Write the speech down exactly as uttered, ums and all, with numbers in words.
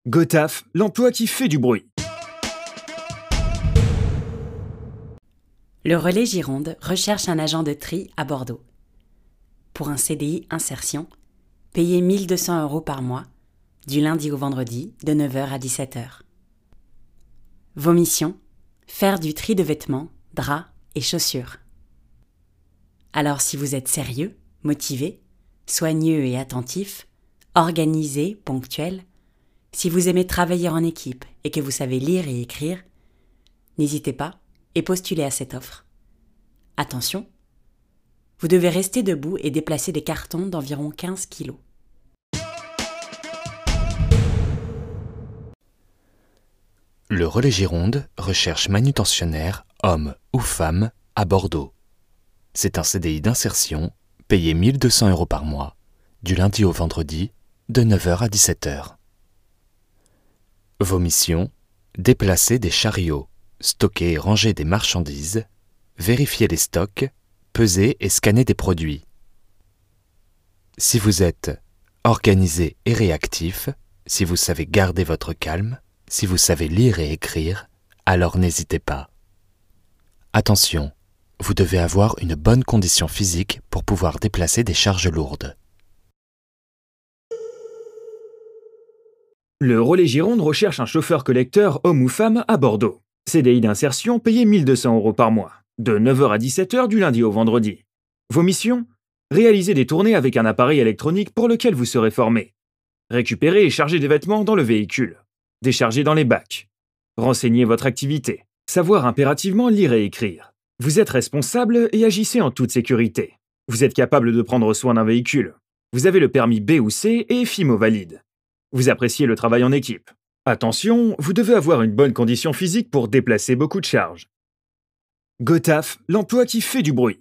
Gotaf, l'emploi qui fait du bruit. Le Relais Gironde recherche un agent de tri à Bordeaux. Pour un C D I insertion, payé mille deux cents euros par mois, du lundi au vendredi, de neuf heures à dix-sept heures. Vos missions : faire du tri de vêtements, draps et chaussures. Alors si vous êtes sérieux, motivé, soigneux et attentif, organisé, ponctuel, si vous aimez travailler en équipe et que vous savez lire et écrire, n'hésitez pas et postulez à cette offre. Attention, vous devez rester debout et déplacer des cartons d'environ quinze kilos. Le Relais Gironde recherche manutentionnaire, homme ou femme, à Bordeaux. C'est un C D I d'insertion, payé mille deux cents euros par mois, du lundi au vendredi, de neuf heures à dix-sept heures. Vos missions : déplacer des chariots, stocker et ranger des marchandises, vérifier les stocks, peser et scanner des produits. Si vous êtes organisé et réactif, si vous savez garder votre calme, si vous savez lire et écrire, alors n'hésitez pas. Attention, vous devez avoir une bonne condition physique pour pouvoir déplacer des charges lourdes. Le Relais Gironde recherche un chauffeur-collecteur homme ou femme à Bordeaux. C D I d'insertion payé mille deux cents euros par mois, de neuf heures à dix-sept heures du lundi au vendredi. Vos missions : réaliser des tournées avec un appareil électronique pour lequel vous serez formé. Récupérer et charger des vêtements dans le véhicule. Décharger dans les bacs. Renseigner votre activité. Savoir impérativement lire et écrire. Vous êtes responsable et agissez en toute sécurité. Vous êtes capable de prendre soin d'un véhicule. Vous avez le permis B ou C et F I M O valide. Vous appréciez le travail en équipe. Attention, vous devez avoir une bonne condition physique pour déplacer beaucoup de charges. Gotaf, l'emploi qui fait du bruit.